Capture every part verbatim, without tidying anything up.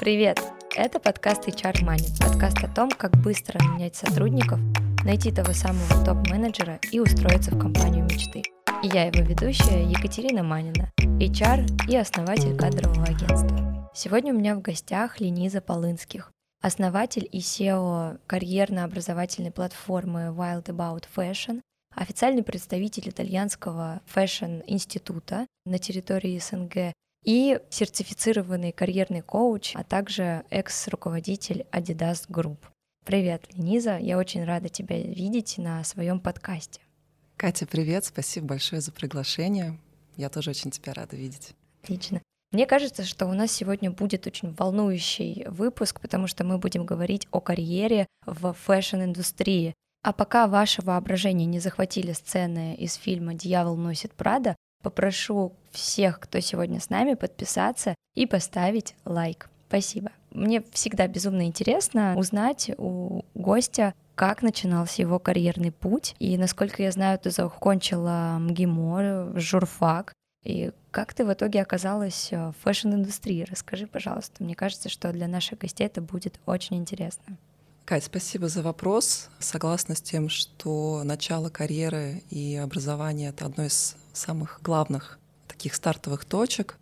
Привет! Это подкаст эйч ар Money, подкаст о том, как быстро нанять сотрудников, найти того самого топ-менеджера и устроиться в компанию мечты. И я его ведущая Екатерина Манина, эйч ар и основатель кадрового агентства. Сегодня у меня в гостях Лениза Полынских, основатель и си и о карьерно-образовательной платформы Wild About Fashion, официальный представитель итальянского фэшн-института на территории эс эн гэ и сертифицированный карьерный коуч, а также экс-руководитель Adidas Group. Привет, Лениза, я очень рада тебя видеть на своем подкасте. Катя, привет, спасибо большое за приглашение. Я тоже очень тебя рада видеть. Отлично. Мне кажется, что у нас сегодня будет очень волнующий выпуск, потому что мы будем говорить о карьере в фэшн-индустрии. А пока ваше воображение не захватили сцены из фильма «Дьявол носит Прада», попрошу всех, кто сегодня с нами, подписаться и поставить лайк. Спасибо. Мне всегда безумно интересно узнать у гостя, как начинался его карьерный путь. И, насколько я знаю, ты закончила МГИМО, журфак. И как ты в итоге оказалась в фэшн-индустрии? Расскажи, пожалуйста. Мне кажется, что для наших гостей это будет очень интересно. Кать, спасибо за вопрос. Согласна с тем, что начало карьеры и образования — это одно из самых главных таких стартовых точек.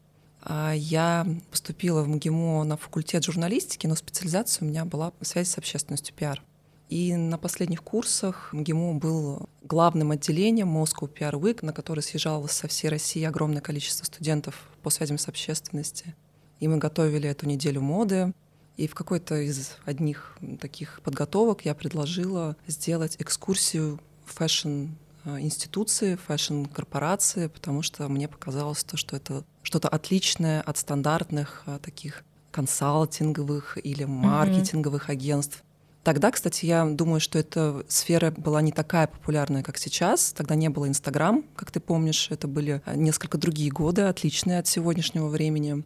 Я поступила в МГИМО на факультет журналистики, но специализация у меня была связь с общественностью, пиар. И на последних курсах МГИМО был главным отделением Moscow пи ар Week, на который съезжалось со всей России огромное количество студентов по связям с общественностью. И мы готовили эту неделю моды. И в какой-то из одних таких подготовок я предложила сделать экскурсию в фэшн-институции, фэшн-корпорации, потому что мне показалось, то, что это что-то отличное от стандартных таких консалтинговых или маркетинговых mm-hmm. агентств. Тогда, кстати, я думаю, что эта сфера была не такая популярная, как сейчас. Тогда не было Инстаграм, как ты помнишь. Это были несколько другие годы, отличные от сегодняшнего времени.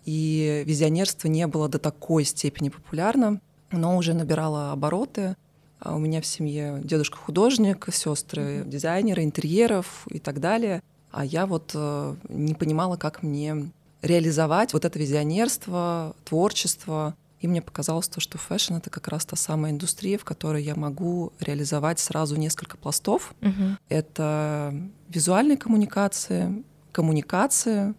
И визионерство не было до такой степени популярно, но уже набирало обороты. У меня в семье дедушка художник, сестры mm-hmm. дизайнеры интерьеров и так далее. А я вот не понимала, как мне реализовать вот это визионерство, творчество. И мне показалось то, что фэшн — это как раз та самая индустрия, в которой я могу реализовать сразу несколько пластов. Mm-hmm. Это визуальные коммуникации, коммуникации,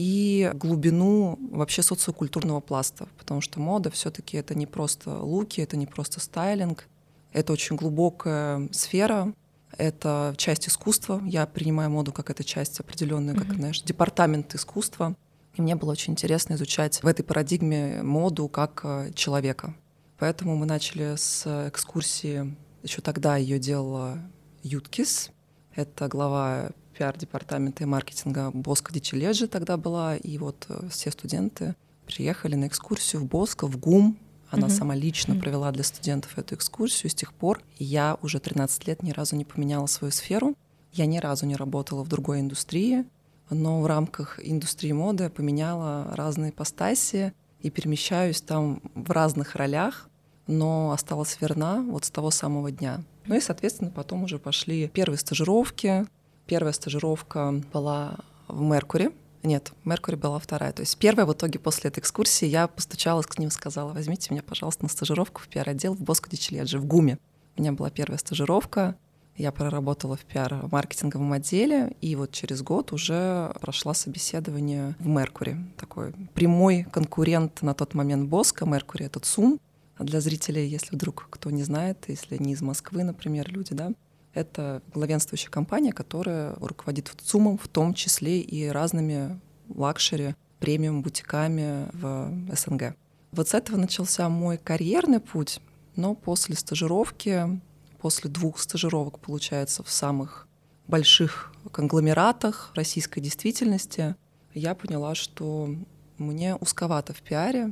и глубину вообще социокультурного пласта, потому что мода все-таки это не просто луки, это не просто стайлинг, это очень глубокая сфера, это часть искусства. Я принимаю моду как это часть определенная, mm-hmm. как, знаешь, департамент искусства. И мне было очень интересно изучать в этой парадигме моду как человека. Поэтому мы начали с экскурсии. Еще тогда ее делала Юткис, это глава пиар-департамента и маркетинга Боско ди Челеджи тогда была, и вот все студенты приехали на экскурсию в Боско, в ГУМ. Она mm-hmm. сама лично mm-hmm. провела для студентов эту экскурсию. С тех пор я уже тринадцать лет ни разу не поменяла свою сферу. Я ни разу не работала в другой индустрии, но в рамках индустрии моды поменяла разные ипостаси и перемещаюсь там в разных ролях, но осталась верна вот с того самого дня. Ну и, соответственно, потом уже пошли первые стажировки. Первая стажировка была в Меркури. Нет, Меркури была вторая. То есть первая в итоге после этой экскурсии я постучалась к ним и сказала: возьмите меня, пожалуйста, на стажировку в пиар-отдел в Боско ди Челеджи, в ГУМе. У меня была первая стажировка. Я проработала в пиар-маркетинговом отделе, и вот через год уже прошла собеседование в Меркури. Такой прямой конкурент на тот момент Боско. Меркури — это ЦУМ. Для зрителей, если вдруг кто не знает, если не из Москвы, например, люди, да, это главенствующая компания, которая руководит ЦУМом, в том числе и разными лакшери, премиум-бутиками в эс эн гэ. Вот с этого начался мой карьерный путь, но после стажировки, после двух стажировок, получается, в самых больших конгломератах российской действительности, я поняла, что мне узковато в пиаре,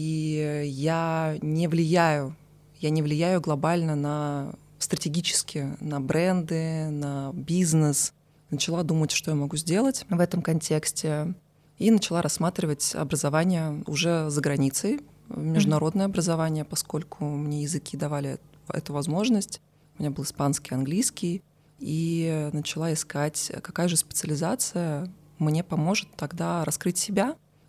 и я не влияю, я не влияю глобально на стратегически на бренды, на бизнес. Начала думать, что я могу сделать в этом контексте, и начала рассматривать образование уже за границей, международное mm-hmm. образование, поскольку мне языки давали эту возможность. У меня был испанский, английский, и начала искать, какая же специализация мне поможет тогда раскрыть себя,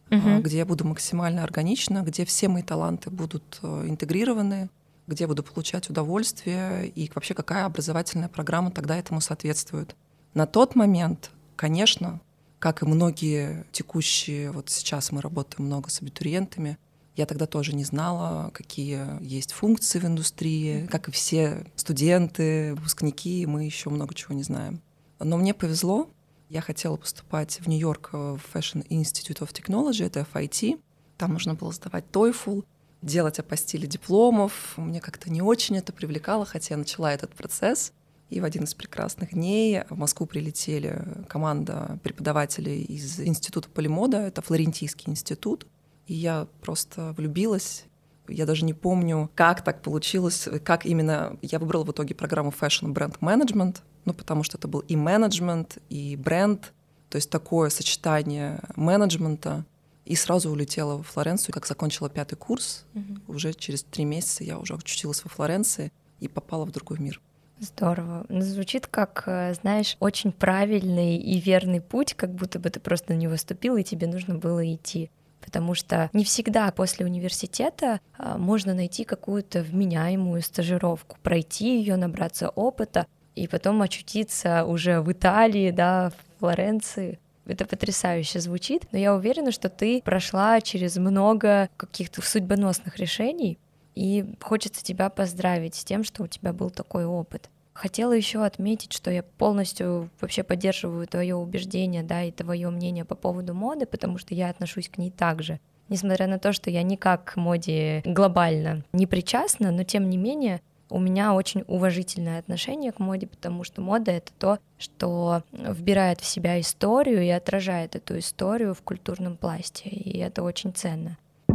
Угу. где я буду максимально органична, где все мои таланты будут интегрированы, где я буду получать удовольствие, и вообще какая образовательная программа тогда этому соответствует. На тот момент, конечно, как и многие текущие, вот сейчас мы работаем много с абитуриентами, я тогда тоже не знала, какие есть функции в индустрии, как и все студенты, выпускники, мы еще много чего не знаем. Но мне повезло, я хотела поступать в Нью-Йорк в Fashion Institute of Technology, это эф ай ти, там нужно было сдавать TOEFL, делать апостили дипломов, мне как-то не очень это привлекало, хотя я начала этот процесс. И в один из прекрасных дней в Москву прилетели команда преподавателей из Института Полимода, это Флорентийский институт, и я просто влюбилась. Я даже не помню, как так получилось, как именно я выбрала в итоге программу Fashion Brand Management, ну, потому что это был и менеджмент, и бренд, то есть такое сочетание менеджмента. И сразу улетела во Флоренцию, как закончила пятый курс. Mm-hmm. Уже через три месяца я уже очутилась во Флоренции и попала в другой мир. Здорово. Звучит как, знаешь, очень правильный и верный путь, как будто бы ты просто на него ступил, и тебе нужно было идти. Потому что не всегда после университета можно найти какую-то вменяемую стажировку, пройти ее, набраться опыта и потом очутиться уже в Италии, да, в Флоренции. Это потрясающе звучит, но я уверена, что ты прошла через много каких-то судьбоносных решений, и хочется тебя поздравить с тем, что у тебя был такой опыт. Хотела еще отметить, что я полностью вообще поддерживаю твое убеждение, да, и твое мнение по поводу моды, потому что я отношусь к ней так же. Несмотря на то, что я никак к моде глобально не причастна, но тем не менее у меня очень уважительное отношение к моде, потому что мода — это то, что вбирает в себя историю и отражает эту историю в культурном пласте, и это очень ценно.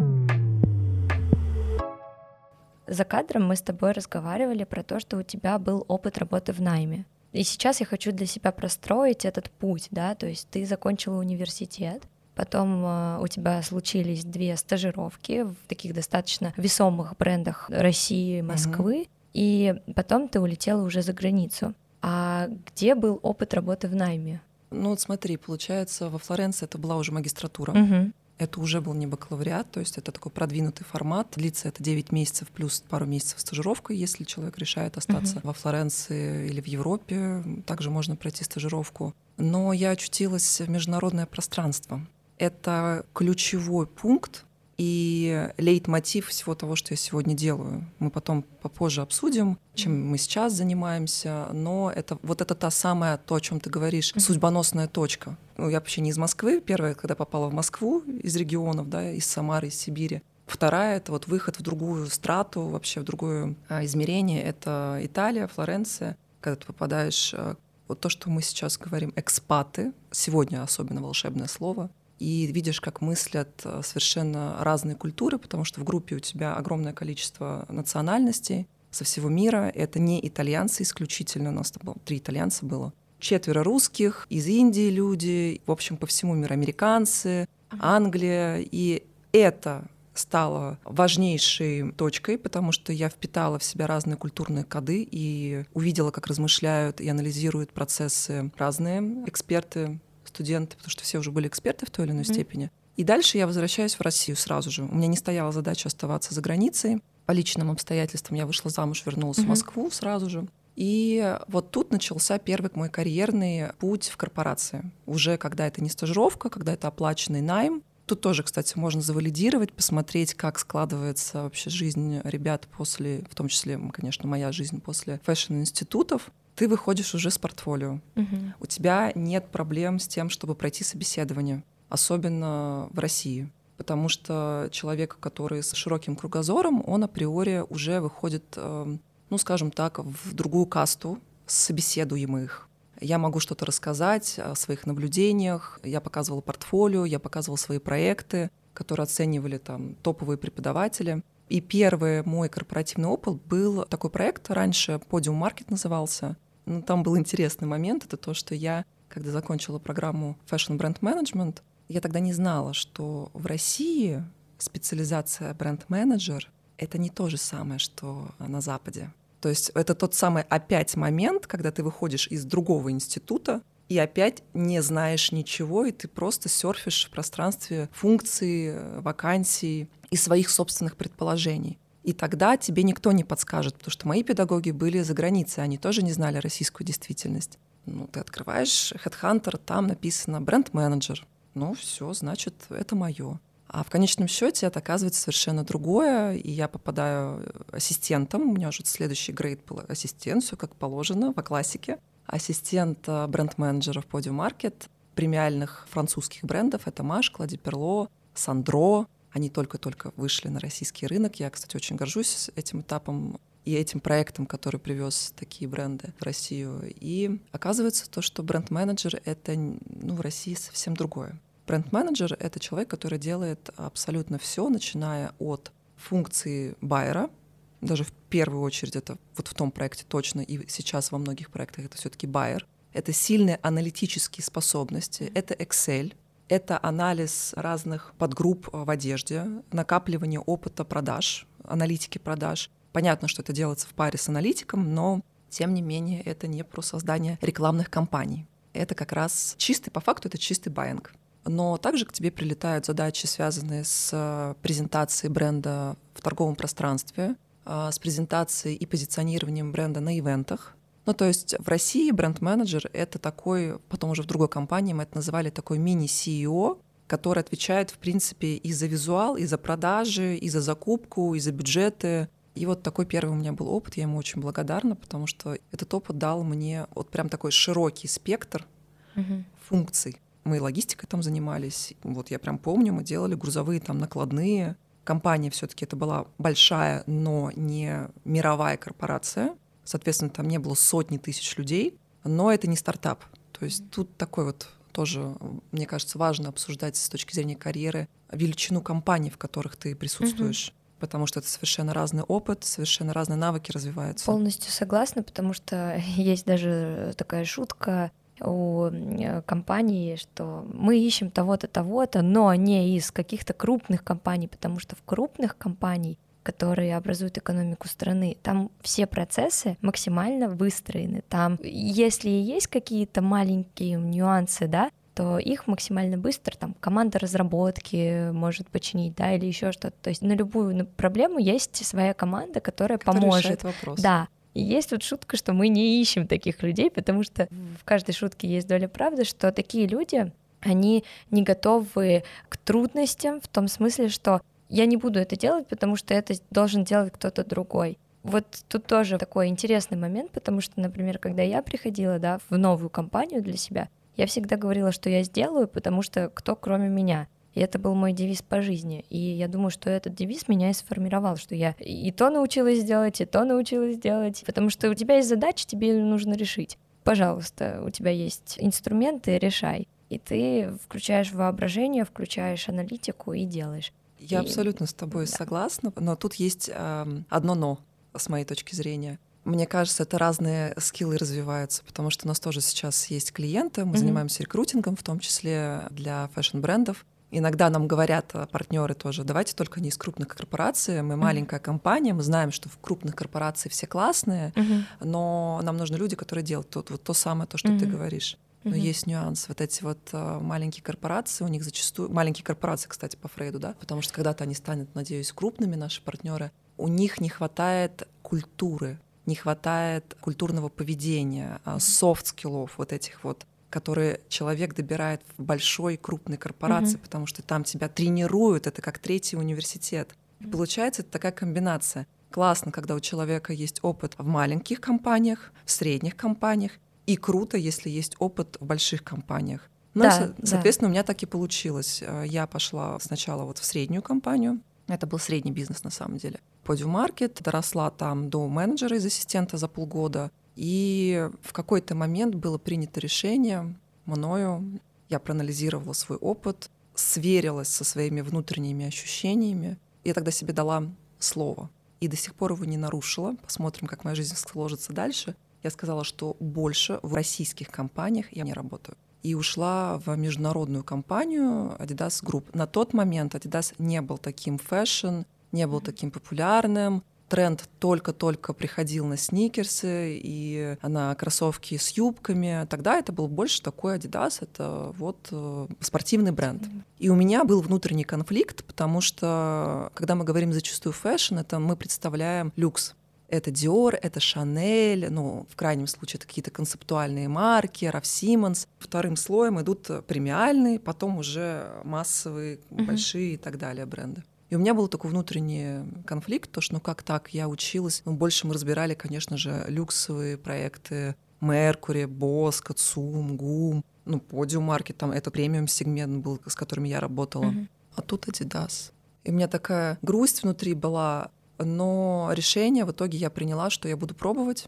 За кадром мы с тобой разговаривали про то, что у тебя был опыт работы в найме. И сейчас я хочу для себя простроить этот путь, да, то есть ты закончила университет, потом э, у тебя случились две стажировки в таких достаточно весомых брендах России, Москвы, mm-hmm. и потом ты улетела уже за границу. А где был опыт работы в найме? Ну вот смотри, получается, во Флоренции это была уже магистратура. Mm-hmm. Это уже был не бакалавриат, то есть это такой продвинутый формат. Длится это девять месяцев плюс пару месяцев стажировка, если человек решает остаться uh-huh. во Флоренции или в Европе. Также можно пройти стажировку. Но я очутилась в международное пространство. Это ключевой пункт и лейтмотив всего того, что я сегодня делаю. Мы потом попозже обсудим, чем мы сейчас занимаемся, но это вот это та самая, то, о чем ты говоришь, судьбоносная точка. Ну, я вообще не из Москвы. Первая, когда попала в Москву, из регионов, да, из Самары, из Сибири. Вторая — это вот выход в другую страту, вообще в другое а, измерение. Это Италия, Флоренция. Когда ты попадаешь, а, вот то, что мы сейчас говорим, экспаты, сегодня особенно волшебное слово, и видишь, как мыслят совершенно разные культуры, потому что в группе у тебя огромное количество национальностей со всего мира. Это не итальянцы исключительно, у нас там было, три итальянца было. Четверо русских, из Индии люди, в общем, по всему миру американцы, Англия. И это стало важнейшей точкой, потому что я впитала в себя разные культурные коды и увидела, как размышляют и анализируют процессы разные эксперты, студенты, потому что все уже были эксперты в той или иной mm-hmm. степени. И дальше я возвращаюсь в Россию сразу же. У меня не стояла задача оставаться за границей. По личным обстоятельствам я вышла замуж, вернулась mm-hmm. в Москву сразу же. И вот тут начался первый мой карьерный путь в корпорации. Уже когда это не стажировка, когда это оплаченный найм. Тут тоже, кстати, можно завалидировать, посмотреть, как складывается вообще жизнь ребят после, в том числе, конечно, моя жизнь после фэшн-институтов. Ты выходишь уже с портфолио. Uh-huh. У тебя нет проблем с тем, чтобы пройти собеседование, особенно в России. Потому что человек, который с широким кругозором, он априори уже выходит, ну, скажем так, в другую касту собеседуемых. Я могу что-то рассказать о своих наблюдениях, я показывала портфолио, я показывала свои проекты, которые оценивали там топовые преподаватели. И первый мой корпоративный опыт был такой проект, раньше Podium Market назывался. Но там был интересный момент, это то, что я, когда закончила программу Fashion Brand Management, я тогда не знала, что в России специализация бренд-менеджер — это не то же самое, что на Западе. То есть это тот самый опять момент, когда ты выходишь из другого института, и опять не знаешь ничего, и ты просто серфишь в пространстве функций, вакансий и своих собственных предположений. И тогда тебе никто не подскажет, потому что мои педагоги были за границей, они тоже не знали российскую действительность. Ну, ты открываешь HeadHunter, там написано бренд-менеджер. Ну, все, значит, это мое. А в конечном счете это оказывается совершенно другое, и я попадаю ассистентом. У меня уже следующий грейд был ассистент, все как положено, по классике. Ассистент бренд-менеджера в Podium Market премиальных французских брендов — это Маш, Клади Перло, Сандро. Они только-только вышли на российский рынок. Я, кстати, очень горжусь этим этапом и этим проектом, который привез такие бренды в Россию. И оказывается то, что бренд-менеджер — это, ну, в России совсем другое. Бренд-менеджер — это человек, который делает абсолютно все, начиная от функции байера. Даже в первую очередь это вот в том проекте точно, и сейчас во многих проектах это все-таки байер. Это сильные аналитические способности, это Excel, это анализ разных подгрупп в одежде, накапливание опыта продаж, аналитики продаж. Понятно, что это делается в паре с аналитиком, но тем не менее это не про создание рекламных кампаний. Это как раз чистый, по факту это чистый байинг. Но также к тебе прилетают задачи, связанные с презентацией бренда в торговом пространстве, с презентацией и позиционированием бренда на ивентах. Ну, то есть в России бренд-менеджер — это такой, потом уже в другой компании мы это называли такой мини-си и о, который отвечает, в принципе, и за визуал, и за продажи, и за закупку, и за бюджеты. И вот такой первый у меня был опыт, я ему очень благодарна, потому что этот опыт дал мне вот прям такой широкий спектр mm-hmm. функций. Мы логистикой там занимались, вот я прям помню, мы делали грузовые там накладные. Компания все-таки это была большая, но не мировая корпорация. Соответственно, там не было сотни тысяч людей, но это не стартап. То есть тут такой вот тоже, мне кажется, важно обсуждать с точки зрения карьеры величину компаний, в которых ты присутствуешь. Mm-hmm. Потому что это совершенно разный опыт, совершенно разные навыки развиваются. Полностью согласна, потому что есть даже такая шутка у компании, что мы ищем того-то, того-то, но не из каких-то крупных компаний, потому что в крупных компаниях, которые образуют экономику страны, там все процессы максимально выстроены. Там, если есть какие-то маленькие нюансы, да, то их максимально быстро там команда разработки может починить, да, или еще что-то. То есть на любую проблему есть своя команда, которая, которая поможет. Решает вопрос. Да. И есть вот шутка, что мы не ищем таких людей, потому что в каждой шутке есть доля правды, что такие люди, они не готовы к трудностям в том смысле, что я не буду это делать, потому что это должен делать кто-то другой. Вот тут тоже такой интересный момент, потому что, например, когда я приходила, да, в новую компанию для себя, я всегда говорила, что я сделаю, потому что кто кроме меня. И это был мой девиз по жизни. И я думаю, что этот девиз меня и сформировал, что я и то научилась делать, и то научилась делать. Потому что у тебя есть задача, тебе ее нужно решить. Пожалуйста, у тебя есть инструменты, решай. И ты включаешь воображение, включаешь аналитику и делаешь. Я и... абсолютно с тобой да. согласна, но тут есть э, одно «но», с моей точки зрения. Мне кажется, это разные скиллы развиваются, потому что у нас тоже сейчас есть клиенты, мы mm-hmm. занимаемся рекрутингом, в том числе для фэшн-брендов. Иногда нам говорят партнеры тоже, давайте только не из крупных корпораций, мы mm-hmm. маленькая компания, мы знаем, что в крупных корпорациях все классные, mm-hmm. но нам нужны люди, которые делают то, вот то самое, то, что mm-hmm. ты говоришь. Но mm-hmm. есть нюанс. Вот эти вот uh, маленькие корпорации, у них зачастую... Маленькие корпорации, кстати, по Фрейду, да, потому что когда-то они станут, надеюсь, крупными, наши партнеры, у них не хватает культуры, не хватает культурного поведения, софт-скиллов вот этих вот, которые человек добирает в большой крупной корпорации, mm-hmm. потому что там тебя тренируют, это как третий университет. И получается, это такая комбинация. Классно, когда у человека есть опыт в маленьких компаниях, в средних компаниях, и круто, если есть опыт в больших компаниях. Ну, да, и, соответственно, да. у меня так и получилось. Я пошла сначала вот в среднюю компанию, это был средний бизнес на самом деле. Podium Market, доросла там до менеджера из ассистента за полгода. И в какой-то момент было принято решение мною, я проанализировала свой опыт, сверилась со своими внутренними ощущениями. Я тогда себе дала слово. И до сих пор его не нарушила. Посмотрим, как моя жизнь сложится дальше. Я сказала, что больше в российских компаниях я не работаю. И ушла в международную компанию Adidas Group. На тот момент Adidas не был таким фэшн, не был таким популярным. тренд только-только приходил на сникерсы и на кроссовки с юбками. Тогда это был больше такой Adidas, это вот спортивный бренд. И у меня был внутренний конфликт, потому что, когда мы говорим зачастую фэшн, это мы представляем люкс. Это Dior, это Chanel, ну, в крайнем случае, это какие-то концептуальные марки, Raf Simons. Вторым слоем идут премиальные, потом уже массовые, uh-huh. большие и так далее бренды. И у меня был такой внутренний конфликт, то что, ну как так, я училась, ну, больше мы разбирали, конечно же, люксовые проекты, Mercury, Boss, Katsum, Гум, ну, Podium Market, там это премиум-сегмент был, с которыми я работала. Uh-huh. А тут Adidas. И у меня такая грусть внутри была, но решение в итоге я приняла, что я буду пробовать,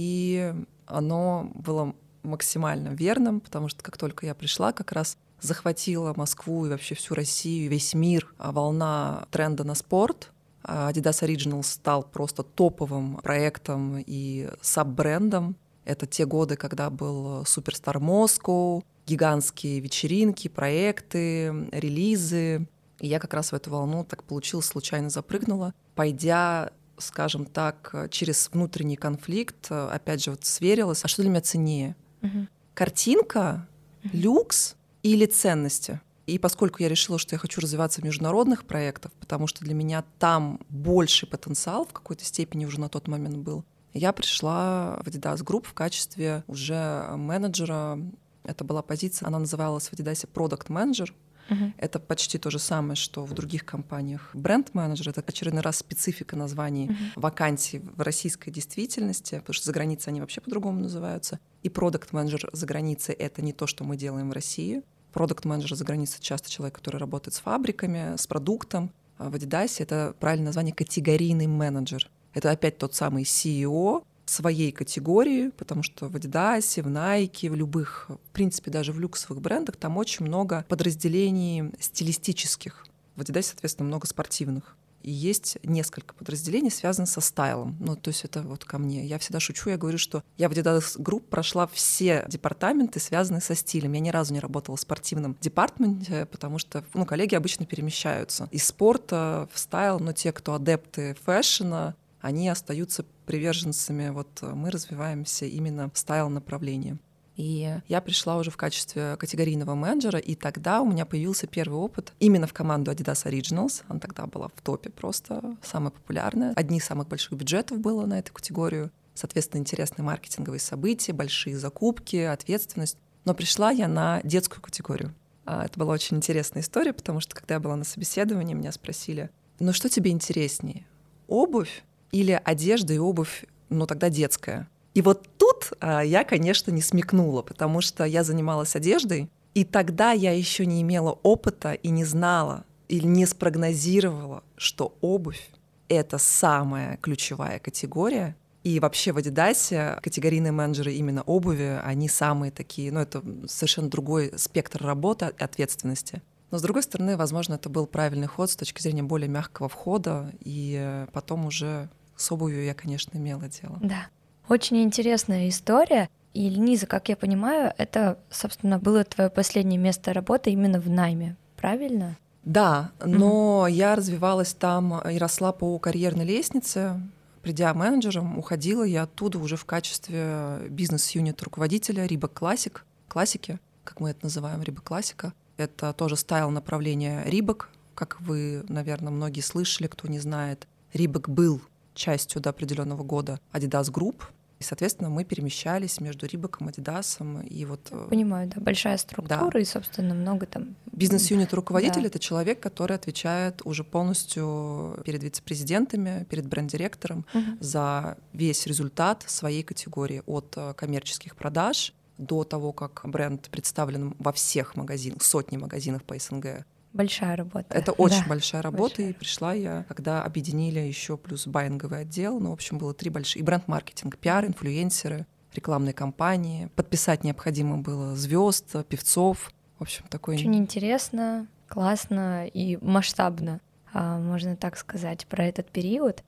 и оно было максимально верным, потому что как только я пришла, как раз захватила Москву и вообще всю Россию, весь мир, волна тренда на спорт. Adidas Originals стал просто топовым проектом и саб-брендом. Это те годы, когда был Superstar Moscow, гигантские вечеринки, проекты, релизы. И я как раз в эту волну, так получилось, случайно запрыгнула, пойдя, скажем так, через внутренний конфликт, опять же, вот сверилась, а что для меня ценнее? Uh-huh. Картинка, uh-huh. люкс или ценности? И поскольку я решила, что я хочу развиваться в международных проектах, потому что для меня там больший потенциал в какой-то степени уже на тот момент был, я пришла в Adidas Group в качестве уже менеджера. Это была позиция, она называлась в Adidas Product Manager. Uh-huh. Это почти то же самое, что в других компаниях. Бренд-менеджер — это очередной раз специфика названий uh-huh. вакансий в российской действительности, потому что за границей они вообще по-другому называются. И продакт-менеджер за границей — это не то, что мы делаем в России. Продакт-менеджер за границей — часто человек, который работает с фабриками, с продуктом. А в Adidas это правильное название — категорийный менеджер. Это опять тот самый си и о своей категории, потому что в Adidas, в Nike, в любых, в принципе, даже в люксовых брендах там очень много подразделений стилистических. В Adidas, соответственно, много спортивных. И есть несколько подразделений, связанных со стайлом. Ну, то есть это вот ко мне. Я всегда шучу, я говорю, что я в Adidas Group прошла все департаменты, связанные со стилем. Я ни разу не работала в спортивном департаменте, потому что, ну, коллеги обычно перемещаются из спорта в стайл, но те, кто адепты фэшна, они остаются приверженцами, вот мы развиваемся именно в стайл-направлении. И я пришла уже в качестве категорийного менеджера, и тогда у меня появился первый опыт именно в команду Adidas Originals. Она тогда была в топе просто, самая популярная. Одни из самых больших бюджетов было на эту категорию. Соответственно, интересные маркетинговые события, большие закупки, ответственность. Но пришла я на детскую категорию. Это была очень интересная история, потому что когда я была на собеседовании, меня спросили, ну что тебе интереснее, обувь или одежда и обувь, ну тогда детская? И вот тут а, я, конечно, не смекнула, потому что я занималась одеждой, и тогда я еще не имела опыта и не знала или не спрогнозировала, что обувь — это самая ключевая категория. И вообще в Adidas категорийные менеджеры именно обуви, они самые такие, ну это совершенно другой спектр работы и ответственности. Но, с другой стороны, возможно, это был правильный ход с точки зрения более мягкого входа, и потом уже с обувью я, конечно, имела дело. Да. Очень интересная история. И, Лениза, как я понимаю, это, собственно, было твое последнее место работы именно в найме, правильно? Да, но mm-hmm. я развивалась там и росла по карьерной лестнице. Придя менеджером, уходила я оттуда уже в качестве бизнес-юнит руководителя Reebok Classic, классики, как мы это называем, Reebok классика. Это тоже стайл направления Reebok, как вы, наверное, многие слышали, кто не знает. Reebok был частью до определенного года Adidas Group, и, соответственно, мы перемещались между Reebok, Adidas, и вот... Понимаю, да, большая структура, да. И, собственно, много там... Бизнес-юнит руководитель — да. это человек, который отвечает уже полностью перед вице-президентами, перед бренд-директором угу. за весь результат своей категории, от коммерческих продаж до того, как бренд представлен во всех магазинах, сотни магазинов по СНГ. Большая работа. Это очень да, большая работа, большая. И пришла я, когда объединили еще плюс баинговый отдел, ну, в общем, было три больших, и бренд-маркетинг, пиар, инфлюенсеры, рекламные кампании, подписать необходимо было звезд, певцов, в общем, такой... Очень интересно, классно и масштабно, можно так сказать, про этот период.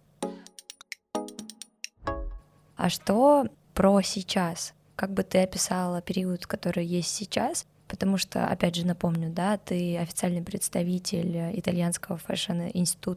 А что про сейчас? Как бы ты описала период, который есть сейчас? Потому что, опять же, напомню, да, ты официальный представитель итальянского фэшн-института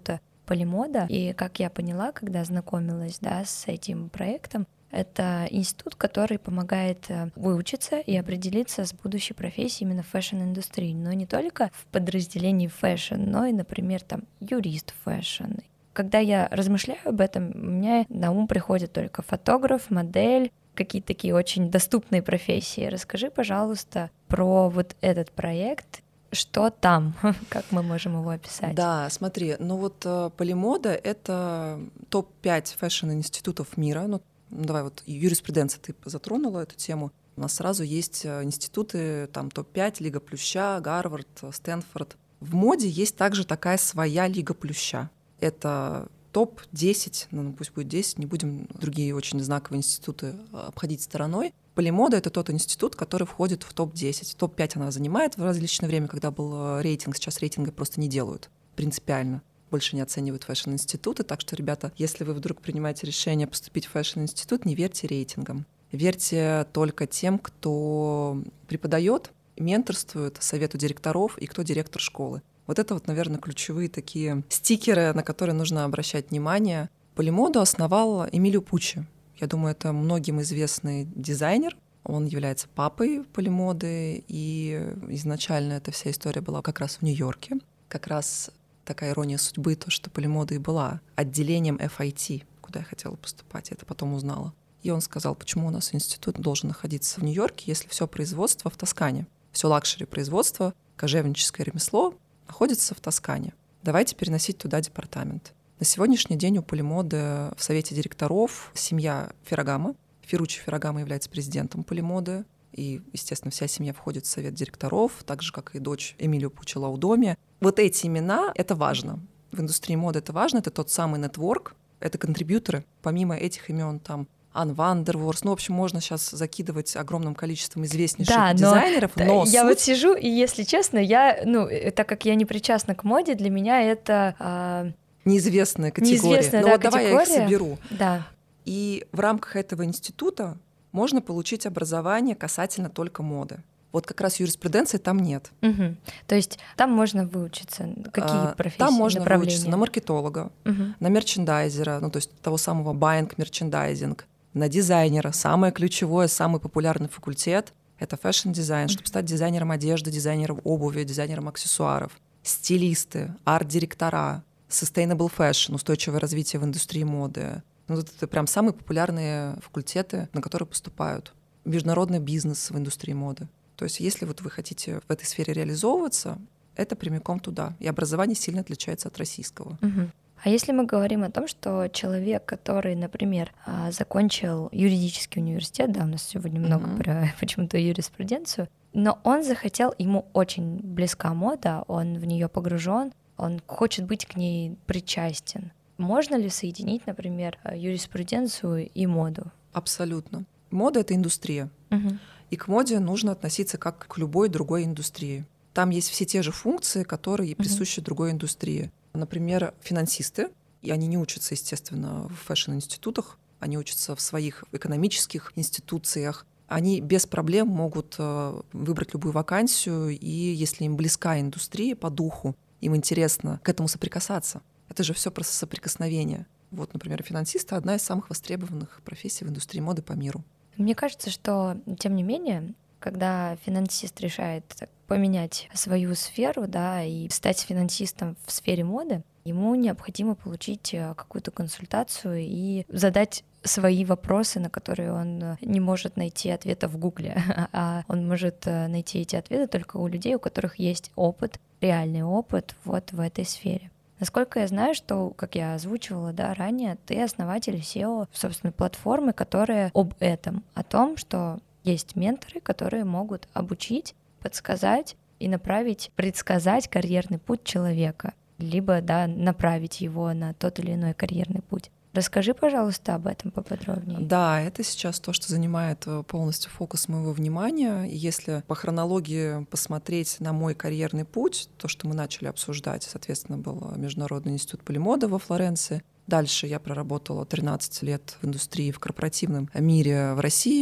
Полимода. И как я поняла, когда знакомилась, да, с этим проектом, это институт, который помогает выучиться и определиться с будущей профессией именно в фэшн-индустрии. Но не только в подразделении фэшн, но и, например, там юрист фэшн. Когда я размышляю об этом, у меня на ум приходит только фотограф, модель, какие-то такие очень доступные профессии. Расскажи, пожалуйста, про вот этот проект. Что там? Как мы можем его описать? Да, смотри, ну вот Полимода — это топ пять фэшн-институтов мира. Ну, давай вот юриспруденция, ты затронула эту тему. У нас сразу есть институты, там топ пять, Лига Плюща, Гарвард, Стэнфорд. В моде есть также такая своя Лига Плюща. Это топ десять, ну пусть будет десять, не будем другие очень знаковые институты обходить стороной. Полимода — это тот институт, который входит в топ десять. топ пять она занимает в различное время, когда был рейтинг. Сейчас рейтинга просто не делают принципиально. Больше не оценивают фэшн-институты. Так что, ребята, если вы вдруг принимаете решение поступить в фэшн-институт, не верьте рейтингам. Верьте только тем, кто преподает, менторствует, совету директоров и кто директор школы. Вот это вот, наверное, ключевые такие стикеры, на которые нужно обращать внимание. Полимоду основал Эмилио Пуччи. Я думаю, это многим известный дизайнер. Он является папой Полимоды, и изначально эта вся история была как раз в Нью-Йорке. Как раз такая ирония судьбы, то, что Полимода и была отделением эф ай ти, куда я хотела поступать, я это потом узнала. И он сказал, почему у нас институт должен находиться в Нью-Йорке, если все производство в Тоскане, все лакшери производство, кожевническое ремесло находится в Тоскане. Давайте переносить туда департамент. На сегодняшний день у Полимоды в совете директоров семья Феррагамо. Ферруччо Феррагамо является президентом Полимоды, и, естественно, вся семья входит в совет директоров, так же, как и дочь Эмилио Пуччи Лаудоми. Вот эти имена — это важно. В индустрии моды это важно, это тот самый нетворк, это контрибьюторы. Помимо этих имен там Ан Вандерворс, ну, в общем, можно сейчас закидывать огромным количеством известнейших да, дизайнеров, но, но я суть... вот сижу, и, если честно, я, ну, так как я не причастна к моде, для меня это... А... Неизвестная категория. Неизвестная, ну, да, вот категория. Давай я их соберу. Да. И в рамках этого института можно получить образование касательно только моды. Вот как раз юриспруденции там нет. Угу. То есть там можно выучиться? Какие а, профессии, Там можно направления? выучиться на маркетолога, угу. на мерчендайзера, ну то есть того самого buying, мерчендайзинг, на дизайнера. Самое ключевое, самый популярный факультет — это фэшн-дизайн, mm-hmm. чтобы стать дизайнером одежды, дизайнером обуви, дизайнером аксессуаров. Стилисты, арт-директора, sustainable fashion, устойчивое развитие в индустрии моды. Ну, это прям самые популярные факультеты, на которые поступают. Международный бизнес в индустрии моды. То есть если вот вы хотите в этой сфере реализовываться, это прямиком туда. И образование сильно отличается от российского. Mm-hmm. А если мы говорим о том, что человек, который, например, закончил юридический университет, да, у нас сегодня много mm-hmm. про почему-то юриспруденцию, но он захотел, ему очень близка мода, он в нее погружен, он хочет быть к ней причастен. Можно ли соединить, например, юриспруденцию и моду? Абсолютно. Мода — это индустрия. Mm-hmm. И к моде нужно относиться как к любой другой индустрии. Там есть все те же функции, которые mm-hmm. присущи другой индустрии. Например, финансисты, и они не учатся, естественно, в фэшн-институтах, они учатся в своих экономических институциях. Они без проблем могут выбрать любую вакансию, и если им близка индустрия по духу, им интересно к этому соприкасаться. Это же все просто соприкосновение. Вот, например, финансисты — одна из самых востребованных профессий в индустрии моды по миру. Мне кажется, что, тем не менее, когда финансист решает поменять свою сферу, да, и стать финансистом в сфере моды, ему необходимо получить какую-то консультацию и задать свои вопросы, на которые он не может найти ответа в Гугле, а он может найти эти ответы только у людей, у которых есть опыт, реальный опыт вот в этой сфере. Насколько я знаю, что, как я озвучивала, да, ранее, ты основатель эс и о собственной платформы, которая об этом, о том, что есть менторы, которые могут обучить, подсказать и направить, предсказать карьерный путь человека, либо, да, направить его на тот или иной карьерный путь. Расскажи, пожалуйста, об этом поподробнее. Да, это сейчас то, что занимает полностью фокус моего внимания. И если по хронологии посмотреть на мой карьерный путь, то, что мы начали обсуждать, соответственно, был Международный институт Полимоды во Флоренции. Дальше я проработала тринадцать лет в индустрии, в корпоративном мире в России.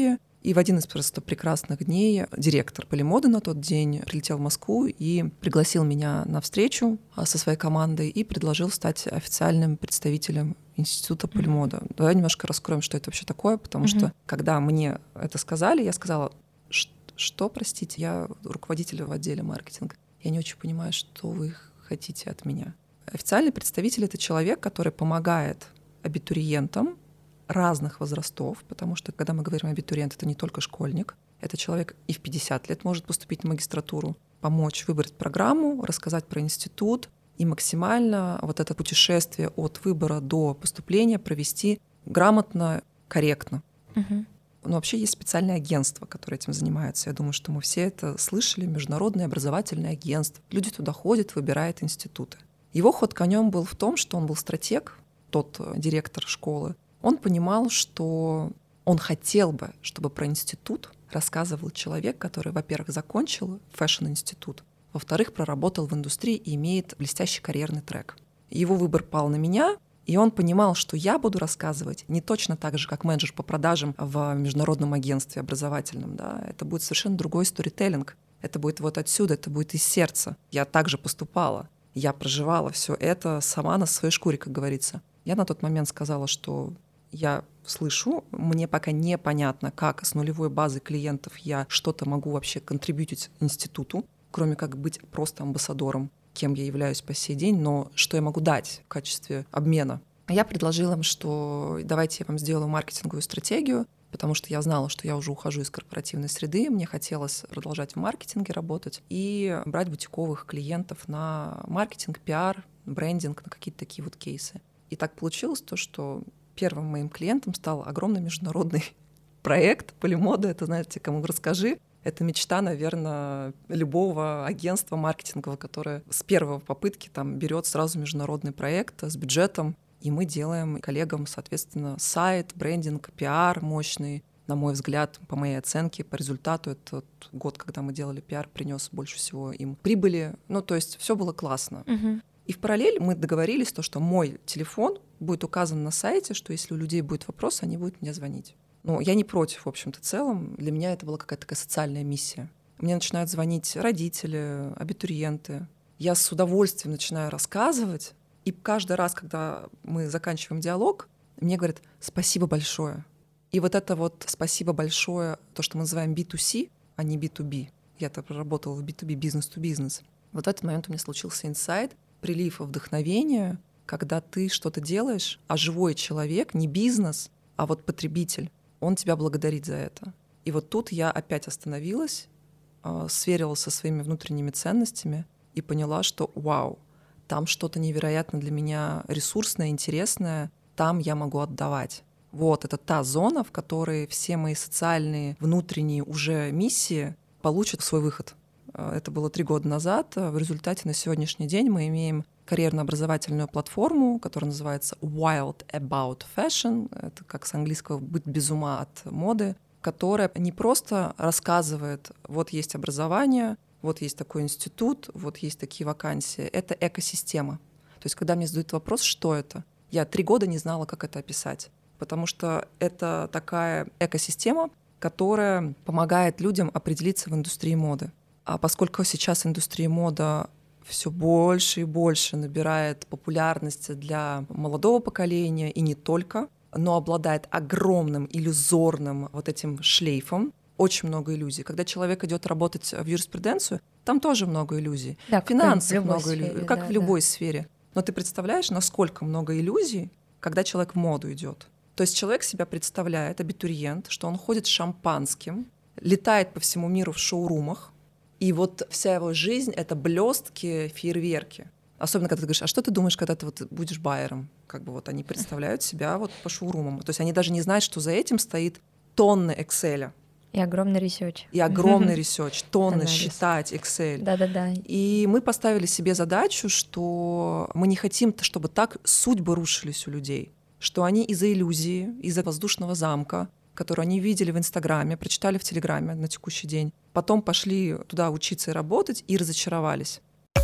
И в один из просто прекрасных дней директор Полимоды на тот день прилетел в Москву и пригласил меня на встречу со своей командой и предложил стать официальным представителем Института Полимода. Mm-hmm. Давай немножко раскроем, что это вообще такое, потому mm-hmm. что когда мне это сказали, я сказала, что, простите, я руководитель в отделе маркетинга. Я не очень понимаю, что вы хотите от меня. Официальный представитель — это человек, который помогает абитуриентам разных возрастов, потому что, когда мы говорим абитуриент, это не только школьник, это человек и в пятьдесят лет может поступить в магистратуру, помочь выбрать программу, рассказать про институт и максимально вот это путешествие от выбора до поступления провести грамотно, корректно. Uh-huh. Но вообще есть специальное агентство, которое этим занимается. Я думаю, что мы все это слышали, международное образовательное агентство. Люди туда ходят, выбирают институты. Его ход конем был в том, что он был стратег, тот директор школы. Он понимал, что он хотел бы, чтобы про институт рассказывал человек, который, во-первых, закончил фэшн-институт, во-вторых, проработал в индустрии и имеет блестящий карьерный трек. Его выбор пал на меня, и он понимал, что я буду рассказывать не точно так же, как менеджер по продажам в международном агентстве образовательном. Да? Это будет совершенно другой сторителлинг. Это будет вот отсюда, это будет из сердца. Я также поступала. Я проживала все это сама на своей шкуре, как говорится. Я на тот момент сказала, что я слышу, мне пока непонятно, как с нулевой базы клиентов я что-то могу вообще контрибьютить институту, кроме как быть просто амбассадором, кем я являюсь по сей день, но что я могу дать в качестве обмена. Я предложила им, что давайте я вам сделаю маркетинговую стратегию, потому что я знала, что я уже ухожу из корпоративной среды, мне хотелось продолжать в маркетинге работать и брать бутиковых клиентов на маркетинг, пиар, брендинг, на какие-то такие вот кейсы. И так получилось то, что первым моим клиентом стал огромный международный проект Полимода. Это, знаете, кому расскажи. Это мечта, наверное, любого агентства маркетингового, которое с первой попытки там берет сразу международный проект с бюджетом. И мы делаем коллегам, соответственно, сайт, брендинг, пиар мощный. На мой взгляд, по моей оценке, по результату, этот год, когда мы делали пиар, принес больше всего им прибыли. Ну, то есть все было классно. Uh-huh. И в параллель мы договорились, то, что мой телефон будет указан на сайте, что если у людей будет вопрос, они будут мне звонить. Ну, я не против, в общем-то, целом. Для меня это была какая-то такая социальная миссия. Мне начинают звонить родители, абитуриенты. Я с удовольствием начинаю рассказывать. И каждый раз, когда мы заканчиваем диалог, мне говорят «спасибо большое». И вот это вот «спасибо большое», то, что мы называем би ту си, а не би ту би. Я-то проработала в би ту би, бизнес-то-бизнес. Вот в этот момент у меня случился инсайт, прилив вдохновения, когда ты что-то делаешь, а живой человек, не бизнес, а вот потребитель, он тебя благодарит за это. И вот тут я опять остановилась, сверилась со своими внутренними ценностями и поняла, что вау, там что-то невероятно для меня ресурсное, интересное, там я могу отдавать. Вот, это та зона, в которой все мои социальные внутренние уже миссии получат свой выход. Это было три года назад. В результате на сегодняшний день мы имеем карьерно-образовательную платформу, которая называется Wild About Fashion. Это как с английского «быть без ума от моды», которая не просто рассказывает, вот есть образование, вот есть такой институт, вот есть такие вакансии. Это экосистема. То есть когда мне задают вопрос, что это, я три года не знала, как это описать, потому что это такая экосистема, которая помогает людям определиться в индустрии моды. А поскольку сейчас индустрия мода все больше и больше набирает популярности для молодого поколения и не только, но обладает огромным иллюзорным вот этим шлейфом, очень много иллюзий. Когда человек идет работать в юриспруденцию, там тоже много иллюзий. Да, в финансах много сфере, иллюзий, как да, в любой да. сфере. Но ты представляешь, насколько много иллюзий, когда человек в моду идет. То есть человек себя представляет, абитуриент, что он ходит с шампанским, летает по всему миру в шоурумах, и вот вся его жизнь — это блестки, фейерверки. Особенно, когда ты говоришь, а что ты думаешь, когда ты вот будешь байером? Как бы вот они представляют себя вот по шоурумам. То есть они даже не знают, что за этим стоит тонны Excel. И огромный ресерч. И огромный ресерч, тонны считать Excel. Да-да-да. И мы поставили себе задачу, что мы не хотим, чтобы так судьбы рушились у людей, что они из-за иллюзии, из-за воздушного замка, которую они видели в Инстаграме, прочитали в Телеграме на текущий день, потом пошли туда учиться и работать и разочаровались.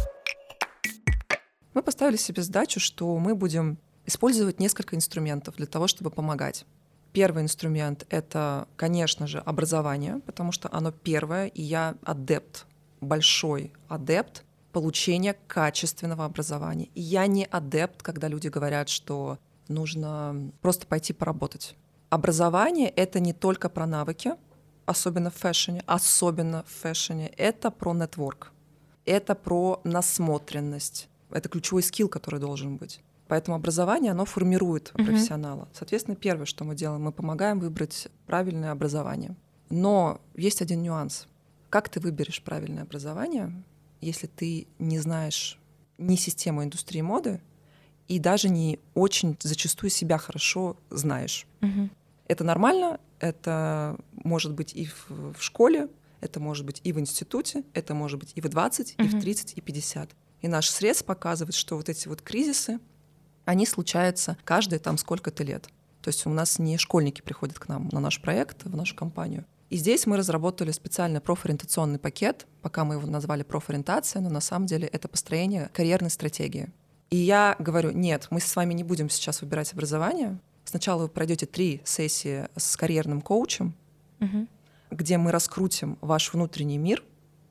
Мы поставили себе задачу, что мы будем использовать несколько инструментов для того, чтобы помогать. Первый инструмент — это, конечно же, образование, потому что оно первое, и я адепт, большой адепт получения качественного образования. И я не адепт, когда люди говорят, что нужно просто пойти поработать. Образование — это не только про навыки, особенно в фэшне, особенно в фэшне, это про нетворк, это про насмотренность, это ключевой скилл, который должен быть. Поэтому образование, оно формирует uh-huh. профессионала. Соответственно, первое, что мы делаем, мы помогаем выбрать правильное образование. Но есть один нюанс. Как ты выберешь правильное образование, если ты не знаешь ни систему индустрии моды и даже не очень зачастую себя хорошо знаешь? Uh-huh. Это нормально, это может быть и в, в школе, это может быть и в институте, это может быть и в двадцать, uh-huh. и в тридцать, и пятьдесят. И наш срез показывает, что вот эти вот кризисы, они случаются каждые там сколько-то лет. То есть у нас не школьники приходят к нам на наш проект, в нашу компанию. И здесь мы разработали специальный профориентационный пакет, пока мы его назвали профориентация, но на самом деле это построение карьерной стратегии. И я говорю, нет, мы с вами не будем сейчас выбирать образование. Сначала вы пройдете три сессии с карьерным коучем, угу. где мы раскрутим ваш внутренний мир,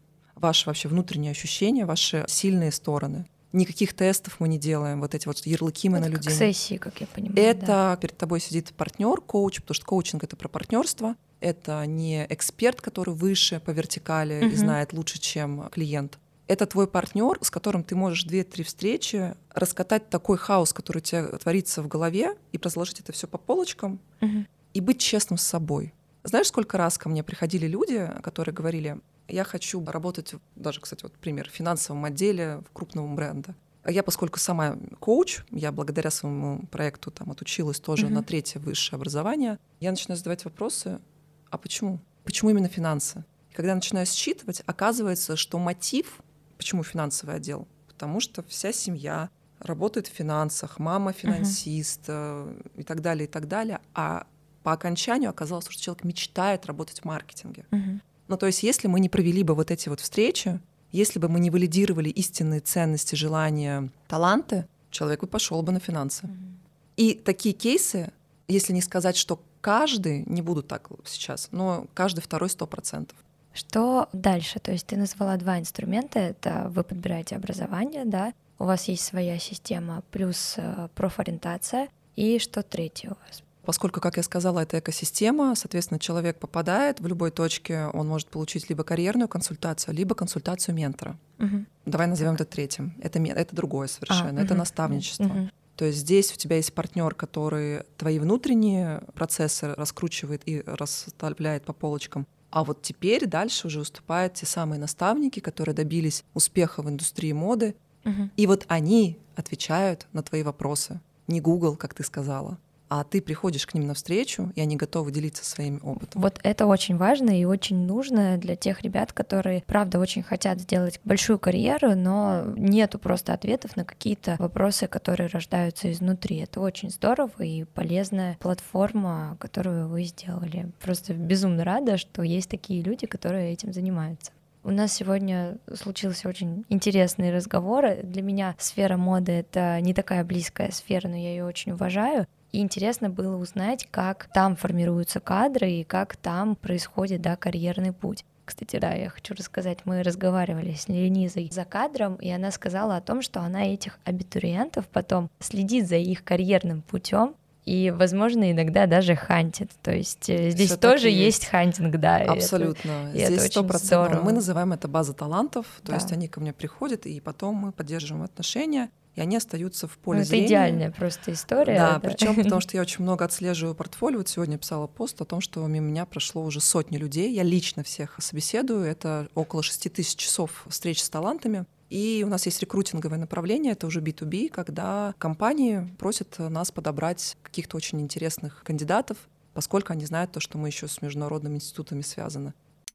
ваши вообще внутренние ощущения, ваши сильные стороны. Никаких тестов мы не делаем, вот эти вот ярлыки мы это на людей. Как сессии, как я понимаю. Это да. перед тобой сидит партнер, коуч, потому что коучинг — это про партнерство. Это не эксперт, который выше по вертикали uh-huh. и знает лучше, чем клиент. Это твой партнер, с которым ты можешь две-три встречи раскатать такой хаос, который у тебя творится в голове, и разложить это все по полочкам, uh-huh. и быть честным с собой. Знаешь, сколько раз ко мне приходили люди, которые говорили: я хочу работать, даже, кстати, вот пример, в финансовом отделе в крупного бренда. Я, поскольку сама коуч, я благодаря своему проекту там отучилась тоже uh-huh. на третье высшее образование, я начинаю задавать вопросы: а почему? Почему именно финансы? И когда я начинаю считывать, оказывается, что мотив, почему финансовый отдел? Потому что вся семья работает в финансах, мама финансист uh-huh. и так далее, и так далее. А по окончанию оказалось, что человек мечтает работать в маркетинге. Uh-huh. Ну, то есть если мы не провели бы вот эти вот встречи, если бы мы не валидировали истинные ценности, желания, таланты, человек бы пошел бы на финансы. Mm-hmm. И такие кейсы, если не сказать, что каждый, не буду так сейчас, но каждый второй сто процентов. Что дальше? То есть ты назвала два инструмента. Это вы подбираете образование, да, у вас есть своя система, плюс профориентация, и что третье у вас? Поскольку, как я сказала, это экосистема, соответственно, человек попадает в любой точке, он может получить либо карьерную консультацию, либо консультацию ментора. Угу. Давай назовем это третьим. Это, это другое совершенно, а, это угу. наставничество. Угу. То есть здесь у тебя есть партнер, который твои внутренние процессы раскручивает и расставляет по полочкам. А вот теперь дальше уже уступают те самые наставники, которые добились успеха в индустрии моды. Угу. И вот они отвечают на твои вопросы. Не Google, как ты сказала, а ты приходишь к ним навстречу, и они готовы делиться своим опытом. Вот это очень важно и очень нужно для тех ребят, которые, правда, очень хотят сделать большую карьеру, но нету просто ответов на какие-то вопросы, которые рождаются изнутри. Это очень здорово и полезная платформа, которую вы сделали. Просто безумно рада, что есть такие люди, которые этим занимаются. У нас сегодня случился очень интересный разговор. Для меня сфера моды — это не такая близкая сфера, но я ее очень уважаю. И интересно было узнать, как там формируются кадры и как там происходит, да, карьерный путь. Кстати, да, я хочу рассказать, мы разговаривали с Ленизой за кадром, и она сказала о том, что она этих абитуриентов потом следит за их карьерным путем и, возможно, иногда даже хантит. То есть здесь Всё тоже есть. есть хантинг, да. Абсолютно. И это, здесь сто процентов. Мы называем это база талантов, то да. есть они ко мне приходят, и потом мы поддерживаем отношения. И они остаются в поле ну, зрения. Это идеальная просто история. Да, да. Причем потому что я очень много отслеживаю портфолио. Вот сегодня писала пост о том, что мимо меня прошло уже сотни людей. Я лично всех собеседую. Это около шести тысяч часов встреч с талантами. И у нас есть рекрутинговое направление, это уже би ту би, когда компании просят нас подобрать каких-то очень интересных кандидатов, поскольку они знают то, что мы еще с международными институтами связаны.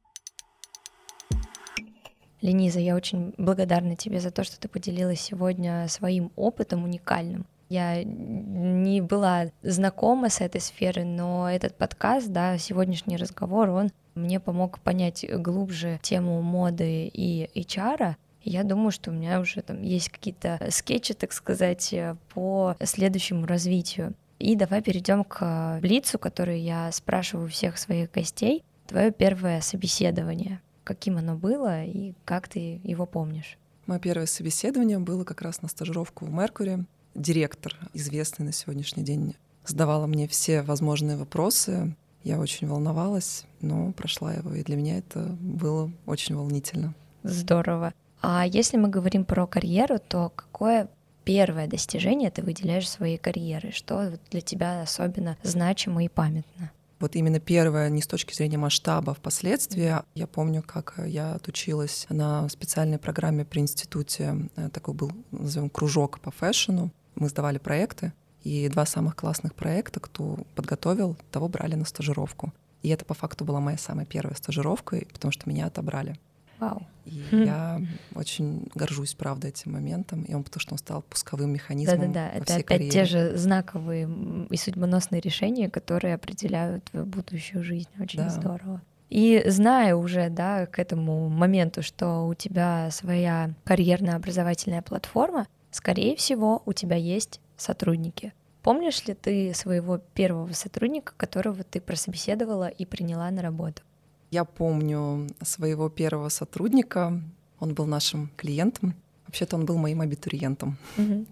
Лениза, я очень благодарна тебе за то, что ты поделилась сегодня своим опытом уникальным. Я не была знакома с этой сферой, но этот подкаст, да, сегодняшний разговор, он мне помог понять глубже тему моды и эйч ар. Я думаю, что у меня уже там есть какие-то скетчи, так сказать, по следующему развитию. И давай перейдем к блицу, который я спрашиваю у всех своих гостей. Твое первое собеседование. Каким оно было и как ты его помнишь? Мое первое собеседование было как раз на стажировку в Mercury. Директор, известный на сегодняшний день, задавала мне все возможные вопросы. Я очень волновалась, но прошла его, и для меня это было очень волнительно. Здорово. А если мы говорим про карьеру, то какое первое достижение ты выделяешь в своей карьере? Что для тебя особенно значимо и памятно? Вот именно первое, не с точки зрения масштаба впоследствии. Я помню, как я отучилась на специальной программе при институте. Такой был, назовем, кружок по фэшну. Мы сдавали проекты, и два самых классных проекта, кто подготовил, того брали на стажировку. И это по факту была моя самая первая стажировка, потому что меня отобрали. Вау. И я очень горжусь, правда, этим моментом, и он потому что он стал пусковым механизмом. Да-да-да, во это всей опять карьере. те же знаковые и судьбоносные решения, которые определяют твою будущую жизнь. Очень Да. здорово. И зная уже, да, к этому моменту, что у тебя своя карьерная образовательная платформа, скорее всего, у тебя есть сотрудники. Помнишь ли ты своего первого сотрудника, которого ты прособеседовала и приняла на работу? Я помню своего первого сотрудника, он был нашим клиентом, вообще-то он был моим абитуриентом. Угу.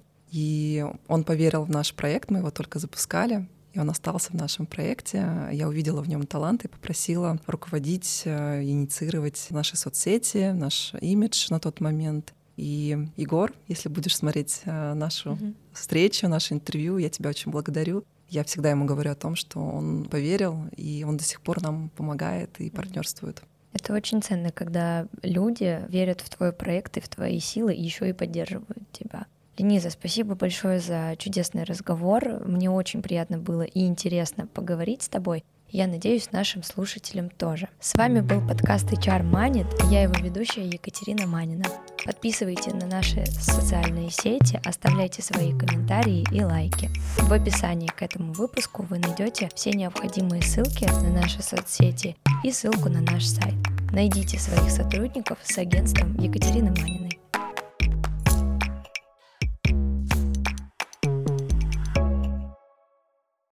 И он поверил в наш проект, мы его только запускали, и он остался в нашем проекте. Я увидела в нем талант и попросила руководить, инициировать наши соцсети, наш имидж на тот момент. И, Егор, если будешь смотреть нашу угу. встречу, наше интервью, я тебя очень благодарю. Я всегда ему говорю о том, что он поверил, и он до сих пор нам помогает и партнерствует. Это очень ценно, когда люди верят в твой проект и в твои силы, и еще и поддерживают тебя. Лениза, спасибо большое за чудесный разговор. Мне очень приятно было и интересно поговорить с тобой. Я надеюсь, нашим слушателям тоже. С вами был подкаст эйч ар Манит, и я его ведущая Екатерина Манина. Подписывайтесь на наши социальные сети, оставляйте свои комментарии и лайки. В описании к этому выпуску вы найдете все необходимые ссылки на наши соцсети и ссылку на наш сайт. Найдите своих сотрудников с агентством Екатерины Маниной.